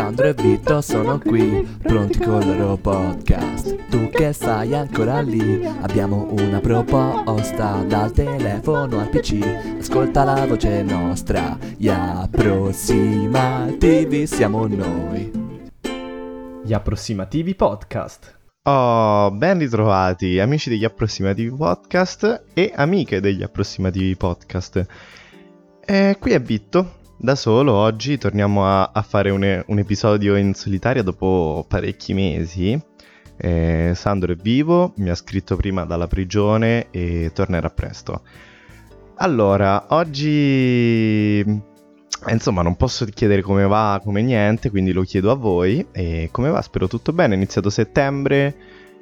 Sandro e Vito sono qui, pronti con il loro podcast. Tu che stai ancora lì, abbiamo una proposta. Dal telefono al PC, ascolta la voce nostra. Gli approssimativi siamo noi. Gli Approssimativi Podcast. Oh, ben ritrovati amici degli Approssimativi Podcast e amiche degli Approssimativi Podcast. Qui è Vitto, da solo. Oggi torniamo a fare un episodio in solitaria dopo parecchi mesi. Sandro è vivo, mi ha scritto prima dalla prigione e tornerà presto. Allora, oggi insomma non posso chiedere come va, come niente, quindi lo chiedo a voi. E come va? Spero tutto bene, è iniziato settembre,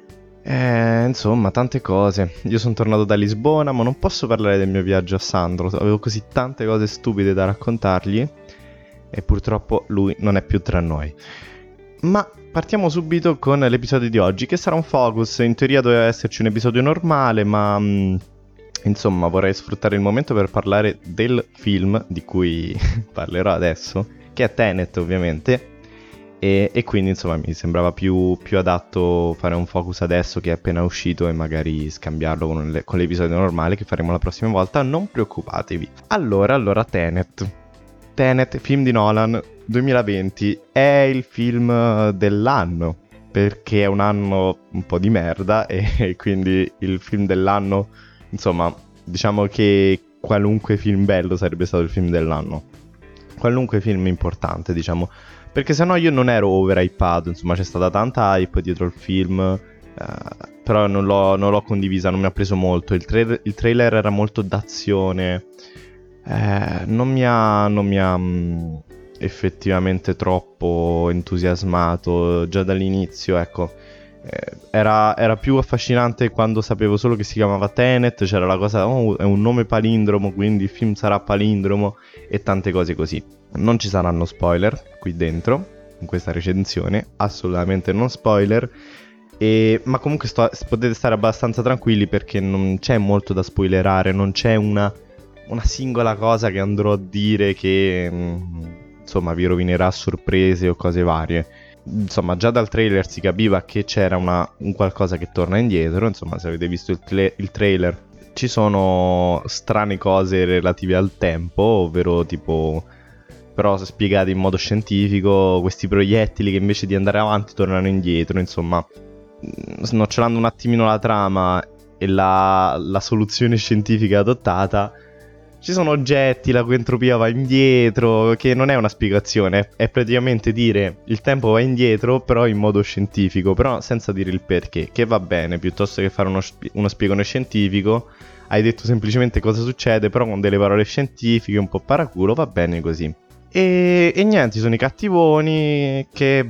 insomma tante cose. Io sono tornato da Lisbona, ma non posso parlare del mio viaggio a Sandro, avevo così tante cose stupide da raccontargli e purtroppo lui non è più tra noi. Ma partiamo subito con l'episodio di oggi, che sarà un focus. In teoria doveva esserci un episodio normale, ma insomma vorrei sfruttare il momento per parlare del film di cui parlerò adesso, che è Tenet ovviamente, e quindi insomma mi sembrava più adatto fare un focus adesso che è appena uscito e magari scambiarlo con l'episodio normale che faremo la prossima volta. Non preoccupatevi. Allora Tenet, film di Nolan 2020, è il film dell'anno, perché è un anno un po' di merda e quindi il film dell'anno. Insomma, diciamo che qualunque film bello sarebbe stato il film dell'anno. Qualunque film importante, diciamo. Perché sennò io non ero overhypato, insomma c'è stata tanta hype dietro il film, però non l'ho condivisa, non mi ha preso molto. Il trailer era molto d'azione, non mi ha effettivamente troppo entusiasmato già dall'inizio, ecco. Era più affascinante quando sapevo solo che si chiamava Tenet, c'era la cosa, è un nome palindromo, quindi il film sarà palindromo e tante cose così. Non ci saranno spoiler qui dentro, in questa recensione, assolutamente non spoiler, ma comunque potete stare abbastanza tranquilli perché non c'è molto da spoilerare, non c'è una singola cosa che andrò a dire che insomma vi rovinerà sorprese o cose varie. Insomma già dal trailer si capiva che c'era un qualcosa che torna indietro. Insomma, se avete visto il trailer ci sono strane cose relative al tempo, ovvero tipo, però spiegate in modo scientifico, questi proiettili che invece di andare avanti tornano indietro. Insomma, snocciolando un attimino la trama e la soluzione scientifica adottata, ci sono oggetti, la cui entropia va indietro, che non è una spiegazione, è praticamente dire il tempo va indietro, però in modo scientifico, però senza dire il perché, che va bene, piuttosto che fare uno spiegone scientifico, hai detto semplicemente cosa succede, però con delle parole scientifiche, un po' paraculo, va bene così. E niente, ci sono i cattivoni che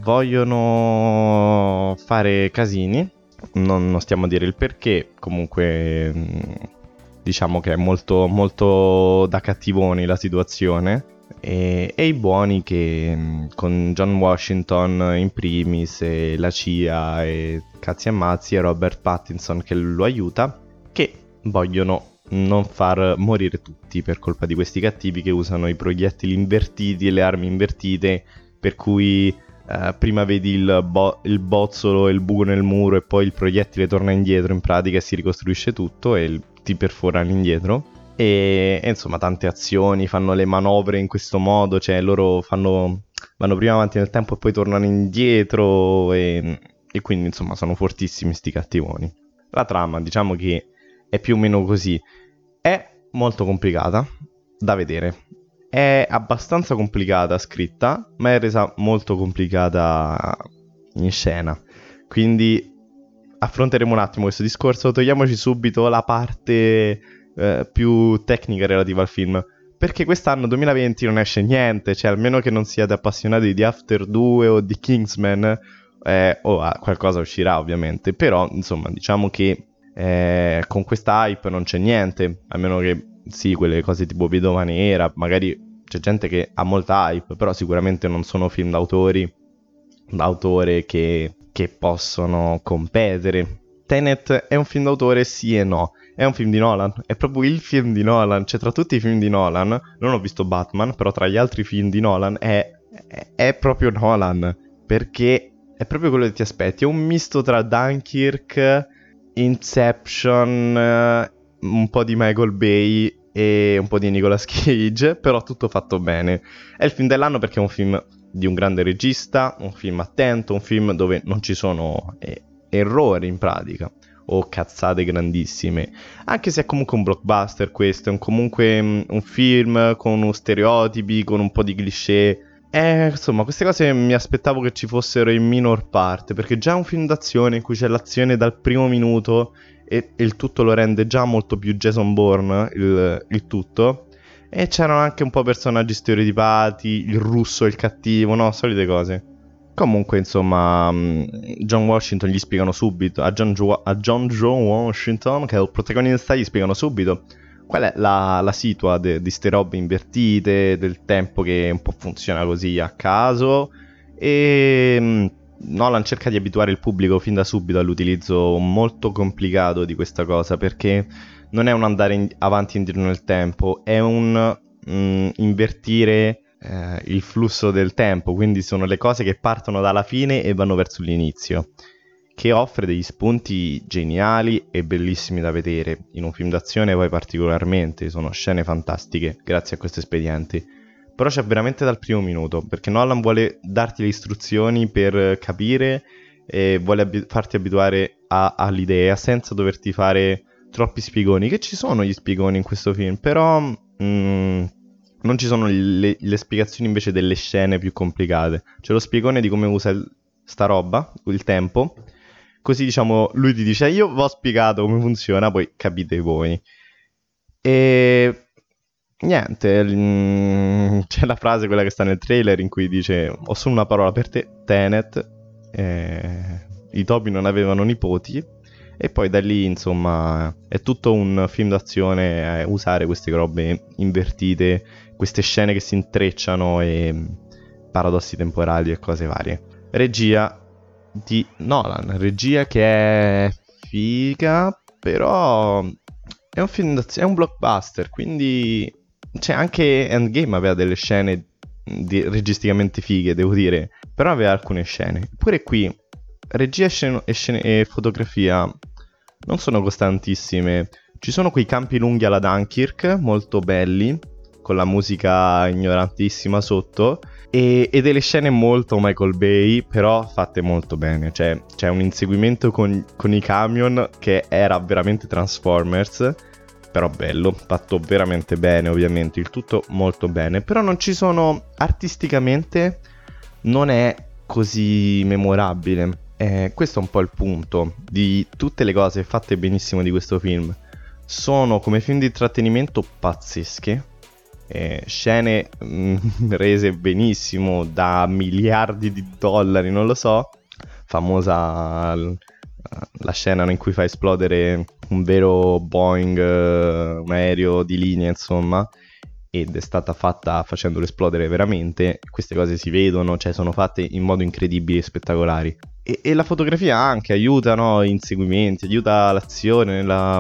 vogliono fare casini, non stiamo a dire il perché, comunque diciamo che è molto, molto da cattivoni la situazione, e i buoni che con John Washington in primis e la CIA e cazzi e mazzi e Robert Pattinson che lo aiuta, che vogliono non far morire tutti per colpa di questi cattivi che usano i proiettili invertiti e le armi invertite, per cui prima vedi il bozzolo e il buco nel muro e poi il proiettile torna indietro in pratica e si ricostruisce tutto e ti perfora all'indietro. E insomma tante azioni, fanno le manovre in questo modo, cioè loro vanno prima avanti nel tempo e poi tornano indietro e quindi insomma sono fortissimi sti cattivoni. La trama diciamo che è più o meno così, è molto complicata da vedere, è abbastanza complicata scritta, ma è resa molto complicata in scena, quindi affronteremo un attimo questo discorso. Togliamoci subito la parte più tecnica relativa al film, perché quest'anno 2020 non esce niente, cioè almeno che non siate appassionati di After 2 o di Kingsman, qualcosa uscirà ovviamente, però insomma diciamo che con questa hype non c'è niente, a meno che sì, quelle cose tipo Vedova Nera, magari c'è gente che ha molta hype, però sicuramente non sono film d'autore che possono competere. Tenet è un film d'autore sì e no, è un film di Nolan, è proprio il film di Nolan, cioè tra tutti i film di Nolan, non ho visto Batman, però tra gli altri film di Nolan è è proprio Nolan, perché è proprio quello che ti aspetti. È un misto tra Dunkirk, Inception, un po' di Michael Bay e un po' di Nicolas Cage, però tutto fatto bene. È il film dell'anno perché è un film di un grande regista, un film attento, un film dove non ci sono errori in pratica o cazzate grandissime, anche se è comunque un blockbuster questo, è comunque un film con stereotipi, con un po' di cliché. Insomma, queste cose mi aspettavo che ci fossero in minor parte, perché già è un film d'azione in cui c'è l'azione dal primo minuto e il tutto lo rende già molto più Jason Bourne, il tutto. E c'erano anche un po' personaggi stereotipati, il russo, il cattivo, no? Solite cose. Comunque, insomma, John Washington gli spiegano subito, a John Washington, che è il protagonista, gli spiegano subito qual è la situa di ste robe invertite, del tempo che un po' funziona così a caso. E Nolan cerca di abituare il pubblico fin da subito all'utilizzo molto complicato di questa cosa, perché non è un andare avanti e indietro nel tempo, è un invertire il flusso del tempo, quindi sono le cose che partono dalla fine e vanno verso l'inizio, che offre degli spunti geniali e bellissimi da vedere, in un film d'azione poi particolarmente, sono scene fantastiche grazie a questo espediente. Però c'è veramente dal primo minuto, perché Nolan vuole darti le istruzioni per capire e vuole farti abituare all'idea senza doverti fare troppi spiegoni, che ci sono gli spiegoni in questo film, però non ci sono le spiegazioni invece delle scene più complicate. C'è lo spiegone di come usa sta roba, il tempo, così diciamo lui ti dice io vi ho spiegato come funziona, poi capite voi. E niente, c'è la frase, quella che sta nel trailer, in cui dice ho solo una parola per te, Tenet. I topi non avevano nipoti. E poi da lì, insomma, è tutto un film d'azione, usare queste robe invertite, queste scene che si intrecciano e paradossi temporali e cose varie. Regia di Nolan, regia che è figa, però è un film d'azione, è un blockbuster, quindi c'è anche Endgame aveva delle scene registicamente fighe, devo dire, però aveva alcune scene. Pure qui regia e fotografia non sono costantissime. Ci sono quei campi lunghi alla Dunkirk, molto belli, con la musica ignorantissima sotto, e delle scene molto Michael Bay, però fatte molto bene. Cioè, c'è un inseguimento con i camion che era veramente Transformers, però bello, fatto veramente bene, ovviamente, il tutto molto bene. Però non ci sono, artisticamente, non è così memorabile. Questo è un po' il punto di tutte le cose fatte benissimo di questo film. Sono come film di intrattenimento pazzesche, scene rese benissimo da miliardi di dollari, non lo so. Famosa la scena in cui fa esplodere un vero Boeing, un aereo di linea, insomma, ed è stata fatta facendolo esplodere veramente. Queste cose si vedono, cioè sono fatte in modo incredibile e spettacolari. E la fotografia anche aiuta, no? Gli inseguimenti, aiuta l'azione,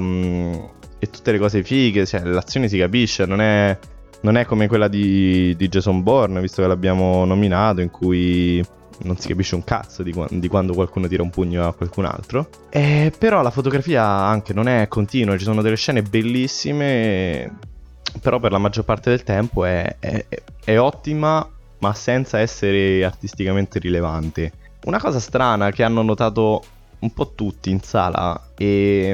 e tutte le cose fighe, cioè l'azione si capisce, non è come quella di Jason Bourne, visto che l'abbiamo nominato, in cui non si capisce un cazzo di quando qualcuno tira un pugno a qualcun altro. Però la fotografia anche non è continua, ci sono delle scene bellissime, però per la maggior parte del tempo è ottima, ma senza essere artisticamente rilevante. Una cosa strana che hanno notato un po' tutti in sala è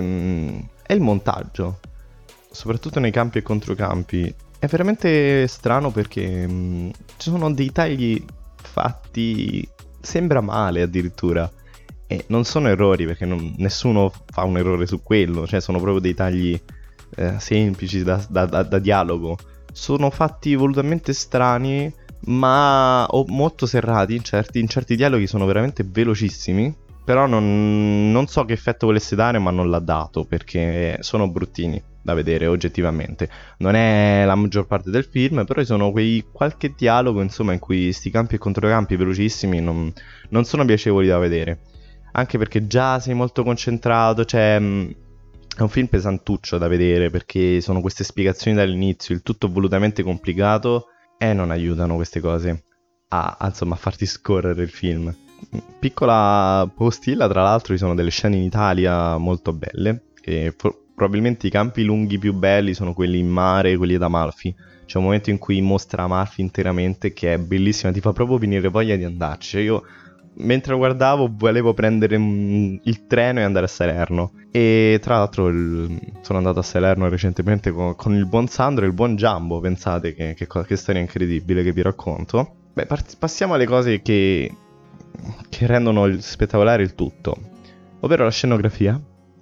il montaggio, soprattutto nei campi e controcampi. È veramente strano perché ci sono dei tagli fatti, sembra male addirittura, e non sono errori, perché nessuno fa un errore su quello, cioè sono proprio dei tagli semplici da dialogo. Sono fatti volutamente strani, ma molto serrati in certi dialoghi, sono veramente velocissimi. Però non so che effetto volesse dare, ma non l'ha dato, perché sono bruttini da vedere oggettivamente. Non è la maggior parte del film, però ci sono qualche dialogo, insomma, in cui sti campi e controcampi velocissimi non sono piacevoli da vedere. Anche perché già sei molto concentrato, cioè è un film pesantuccio da vedere, perché sono queste spiegazioni dall'inizio, il tutto volutamente complicato, e non aiutano queste cose. insomma, a farti scorrere il film. Piccola postilla, tra l'altro, ci sono delle scene in Italia molto belle, e probabilmente i campi lunghi più belli sono quelli in mare, quelli ad Amalfi. C'è un momento in cui mostra Amalfi interamente che è bellissima, ti fa proprio venire voglia di andarci. Cioè, io mentre lo guardavo volevo prendere il treno e andare a Salerno. E tra l'altro sono andato a Salerno recentemente con il buon Sandro e il buon Giambo. Pensate che storia incredibile che vi racconto. Beh, passiamo alle cose che rendono spettacolare il tutto, ovvero la scenografia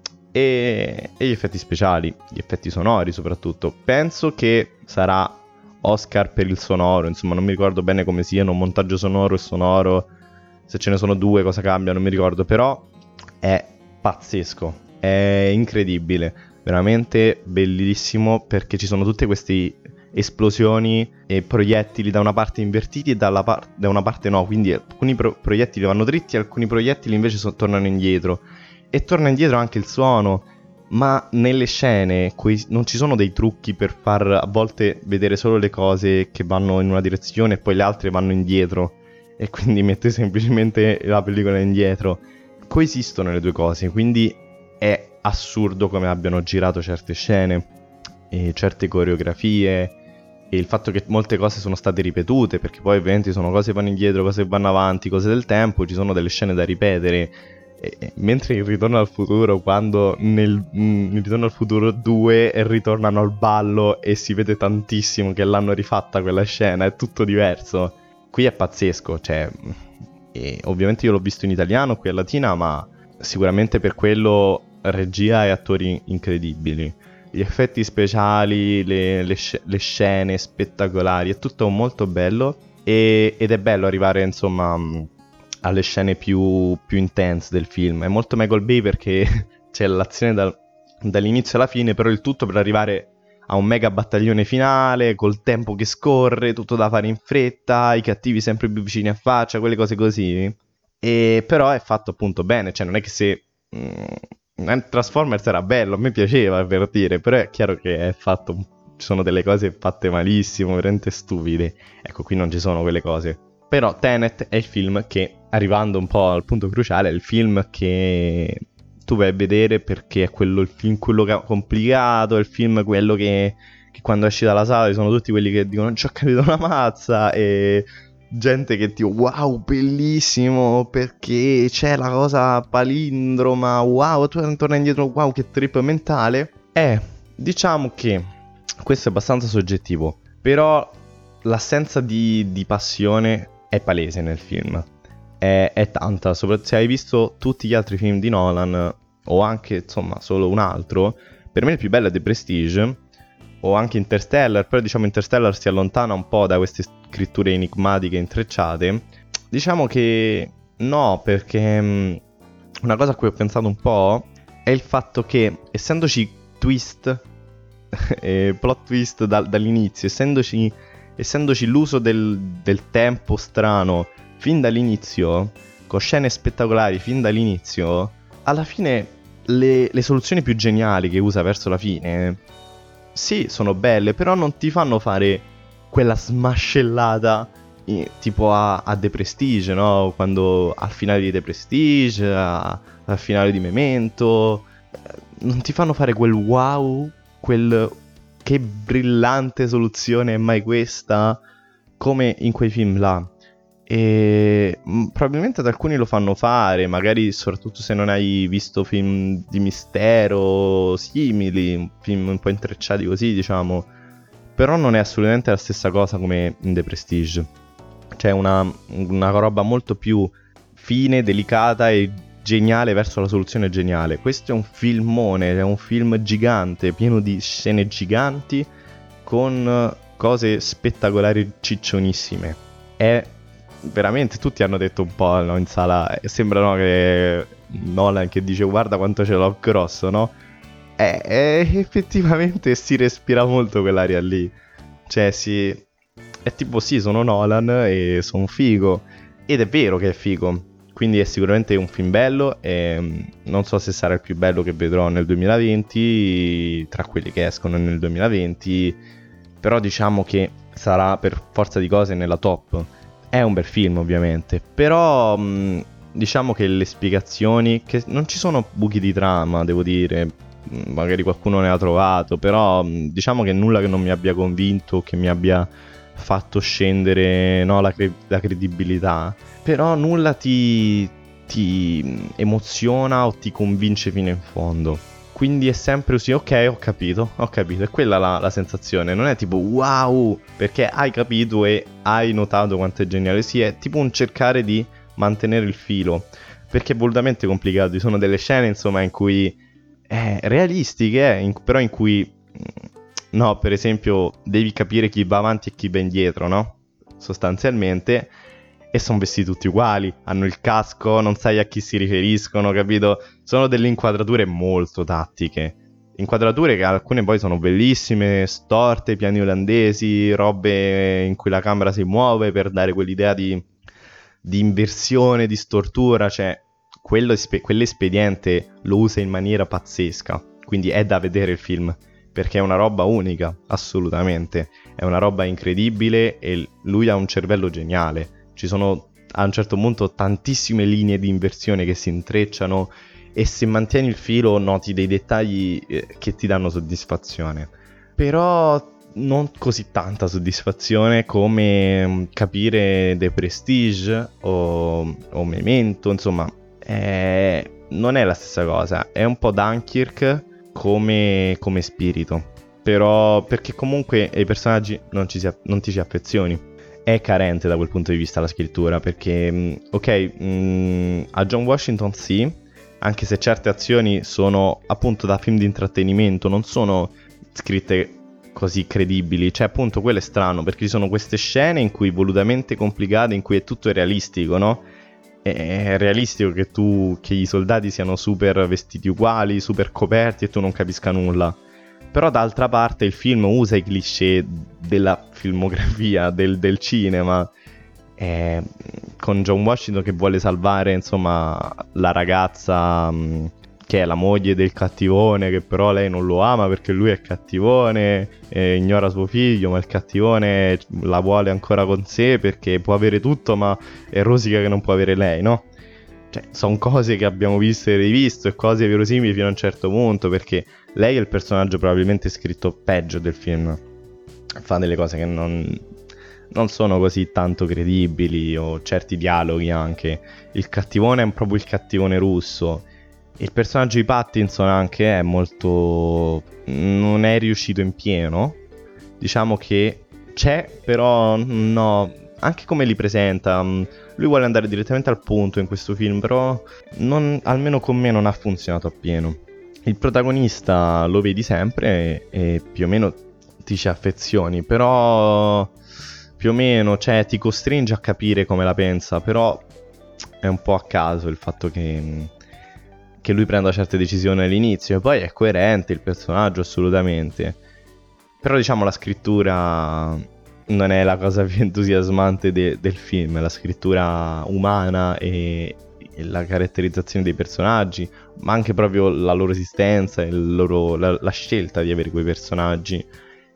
e gli effetti speciali, gli effetti sonori soprattutto. Penso che sarà Oscar per il sonoro, insomma non mi ricordo bene come siano, montaggio sonoro e sonoro, se ce ne sono due cosa cambia non mi ricordo, però è pazzesco, è incredibile, veramente bellissimo, perché ci sono tutte queste esplosioni e proiettili da una parte invertiti e da una parte no, quindi alcuni proiettili vanno dritti, alcuni proiettili invece tornano indietro, e torna indietro anche il suono. Ma nelle scene non ci sono dei trucchi per far a volte vedere solo le cose che vanno in una direzione e poi le altre vanno indietro, e quindi mette semplicemente la pellicola indietro. Coesistono le due cose, quindi è assurdo come abbiano girato certe scene e certe coreografie, e il fatto che molte cose sono state ripetute, perché poi ovviamente sono cose che vanno indietro, cose che vanno avanti, cose del tempo, ci sono delle scene da ripetere. Mentre in Ritorno al Futuro, quando nel Ritorno al Futuro 2 ritornano al ballo e si vede tantissimo che l'hanno rifatta quella scena, è tutto diverso. Qui è pazzesco, cioè, e ovviamente io l'ho visto in italiano qui a Latina, ma sicuramente per quello regia e attori incredibili. Gli effetti speciali, le scene spettacolari, è tutto molto bello, ed è bello arrivare insomma alle scene più intense del film. È molto Michael Bay perché c'è l'azione dall'inizio alla fine, però il tutto per arrivare a un mega battaglione finale, col tempo che scorre, tutto da fare in fretta, i cattivi sempre più vicini a faccia, quelle cose così. E però è fatto appunto bene, cioè non è che se Transformers era bello, a me piaceva per dire, però è chiaro che è fatto, ci sono delle cose fatte malissimo, veramente stupide. Ecco, qui non ci sono quelle cose. Però Tenet è il film che, arrivando un po' al punto cruciale, è il film che tu vai a vedere perché è il film quello complicato, è il film quello che quando esci dalla sala ci sono tutti quelli che dicono non ci ho capito una mazza, e gente che ti wow bellissimo perché c'è la cosa palindroma, wow tu torna indietro, wow che trip mentale. Diciamo che questo è abbastanza soggettivo, però l'assenza di passione è palese nel film, è tanta, soprattutto se hai visto tutti gli altri film di Nolan o anche insomma solo un altro. Per me il più bello è The Prestige o anche Interstellar, però diciamo Interstellar si allontana un po' da queste scritture enigmatiche intrecciate. Diciamo che no, perché una cosa a cui ho pensato un po' è il fatto che essendoci twist plot twist dall'inizio, essendoci l'uso del tempo strano fin dall'inizio, con scene spettacolari fin dall'inizio, alla fine le soluzioni più geniali che usa verso la fine, sì, sono belle, però non ti fanno fare quella smascellata tipo a The Prestige, no? Quando al finale di The Prestige, al finale di Memento, non ti fanno fare quel wow, che brillante soluzione è mai questa, come in quei film là. E probabilmente ad alcuni lo fanno fare, magari soprattutto se non hai visto film di mistero simili, film un po' intrecciati così, diciamo. Però non è assolutamente la stessa cosa come in The Prestige. C'è una roba molto più fine, delicata e geniale verso la soluzione geniale. Questo è un filmone, è un film gigante, pieno di scene giganti, con cose spettacolari ciccionissime. È veramente, tutti hanno detto un po', no, in sala, sembra, no, che Nolan che dice guarda quanto ce l'ho grosso, no? Effettivamente si respira molto quell'aria lì. Cioè è tipo sì, sono Nolan e sono figo. Ed è vero che è figo. Quindi è sicuramente un film bello, e non so se sarà il più bello che vedrò nel 2020, tra quelli che escono nel 2020, però diciamo che sarà per forza di cose nella top. è un bel film ovviamente, però diciamo che le spiegazioni, che non ci sono buchi di trama, devo dire, magari qualcuno ne ha trovato, però diciamo che nulla che non mi abbia convinto, che mi abbia fatto scendere, no, la credibilità, però nulla ti emoziona o ti convince fino in fondo. Quindi è sempre così, ok, ho capito, è quella la sensazione, non è tipo wow, perché hai capito e hai notato quanto è geniale, sì, è tipo un cercare di mantenere il filo, perché è volutamente complicato, ci sono delle scene insomma in cui realistiche, però in cui no, per esempio devi capire chi va avanti e chi va indietro, no? Sostanzialmente, e sono vestiti tutti uguali, hanno il casco, non sai a chi si riferiscono, capito? Sono delle inquadrature molto tattiche. Inquadrature che alcune poi sono bellissime, storte, piani olandesi, robe in cui la camera si muove per dare quell'idea di inversione, di stortura, cioè quell'espediente lo usa in maniera pazzesca, quindi è da vedere il film, perché è una roba unica, assolutamente, è una roba incredibile e lui ha un cervello geniale. Ci sono a un certo punto tantissime linee di inversione che si intrecciano e se mantieni il filo noti dei dettagli che ti danno soddisfazione. Però non così tanta soddisfazione come capire The Prestige o Memento, insomma, non è la stessa cosa. È un po' Dunkirk come spirito. Però perché comunque ai personaggi non ti ci affezioni. È carente da quel punto di vista la scrittura, perché a John Washington sì, anche se certe azioni sono appunto da film di intrattenimento, non sono scritte così credibili, cioè appunto quello è strano, perché ci sono queste scene in cui volutamente complicate, in cui è tutto realistico, no? È realistico che i soldati siano super vestiti uguali, super coperti e tu non capisca nulla. Però d'altra parte il film usa i cliché della filmografia, del cinema, con John Washington che vuole salvare insomma la ragazza che è la moglie del cattivone, che però lei non lo ama perché lui è cattivone, ignora suo figlio, ma il cattivone la vuole ancora con sé perché può avere tutto ma è rosica che non può avere lei, no? Cioè, sono cose che abbiamo visto e rivisto e cose verosimili fino a un certo punto, perché lei è il personaggio probabilmente scritto peggio del film. Fa delle cose che non sono così tanto credibili, o certi dialoghi anche. Il cattivone è proprio il cattivone russo. Il personaggio di Pattinson anche è molto... non è riuscito in pieno. Diciamo che c'è, però no... Anche come li presenta, lui vuole andare direttamente al punto in questo film, però almeno con me non ha funzionato appieno. Il protagonista lo vedi sempre e più o meno ti ci affezioni, però più o meno, cioè, ti costringe a capire come la pensa, però è un po' a caso il fatto che lui prenda certe decisioni all'inizio, e poi è coerente il personaggio assolutamente. Però diciamo la scrittura non è la cosa più entusiasmante del film, la scrittura umana e la caratterizzazione dei personaggi, ma anche proprio la loro esistenza e la scelta di avere quei personaggi,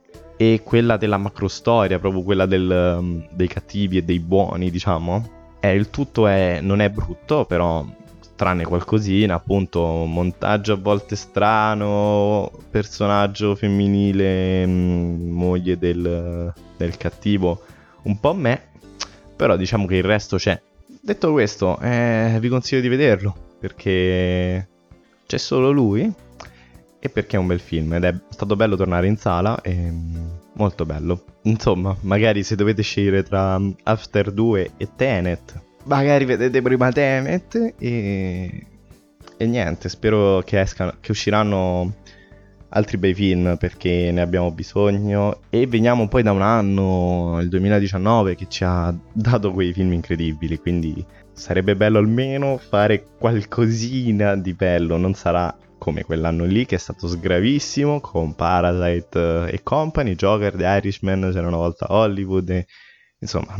e quella della macrostoria, proprio quella dei cattivi e dei buoni, diciamo. Il tutto non è brutto, però tranne qualcosina, appunto montaggio a volte strano, personaggio femminile, moglie del cattivo, un po' me, però diciamo che il resto c'è. Detto questo, vi consiglio di vederlo, perché c'è solo lui e perché è un bel film ed è stato bello tornare in sala e molto bello. Insomma, magari se dovete scegliere tra After 2 e Tenet, magari vedete prima Tenet e niente, spero che usciranno altri bei film, perché ne abbiamo bisogno, e veniamo poi da un anno, il 2019, che ci ha dato quei film incredibili, quindi sarebbe bello almeno fare qualcosina di bello. Non sarà come quell'anno lì che è stato sgravissimo con Parasite e Company, Joker, The Irishman, C'era una volta Hollywood, insomma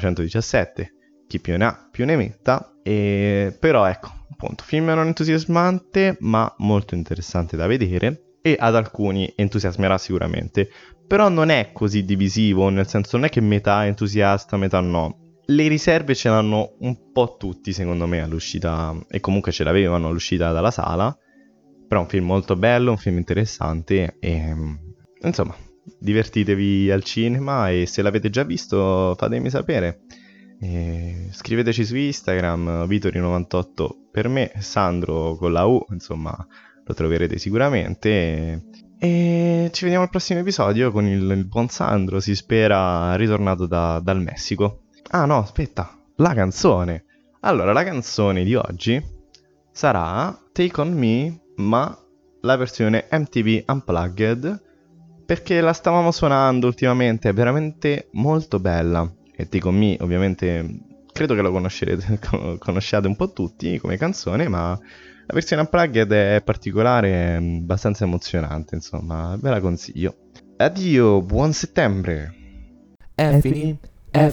1917, chi più ne ha più ne metta. Però ecco, appunto, film non entusiasmante ma molto interessante da vedere, e ad alcuni entusiasmerà sicuramente, però non è così divisivo, nel senso non è che metà è entusiasta, metà no. le riserve ce l'hanno un po' tutti secondo me all'uscita, e comunque ce l'avevano all'uscita dalla sala, però è un film molto bello, un film interessante e insomma divertitevi al cinema, e se l'avete già visto fatemi sapere. Scriveteci su Instagram, Vitori98 per me, Sandro con la U, insomma lo troverete sicuramente. E ci vediamo al prossimo episodio con il buon Sandro, si spera ritornato dal Messico. Ah no, aspetta, la canzone. Allora, la canzone di oggi sarà Take On Me, ma la versione MTV Unplugged, perché la stavamo suonando ultimamente, è veramente molto bella. E Take On Me, ovviamente, credo che lo conosciate un po' tutti come canzone, ma la versione Unplugged è particolare, è abbastanza emozionante, insomma, ve la consiglio. Addio, buon settembre! È finito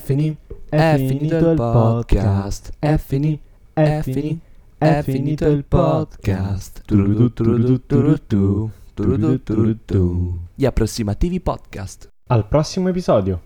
il podcast. È finito il podcast. Gli approssimativi podcast. Al prossimo episodio.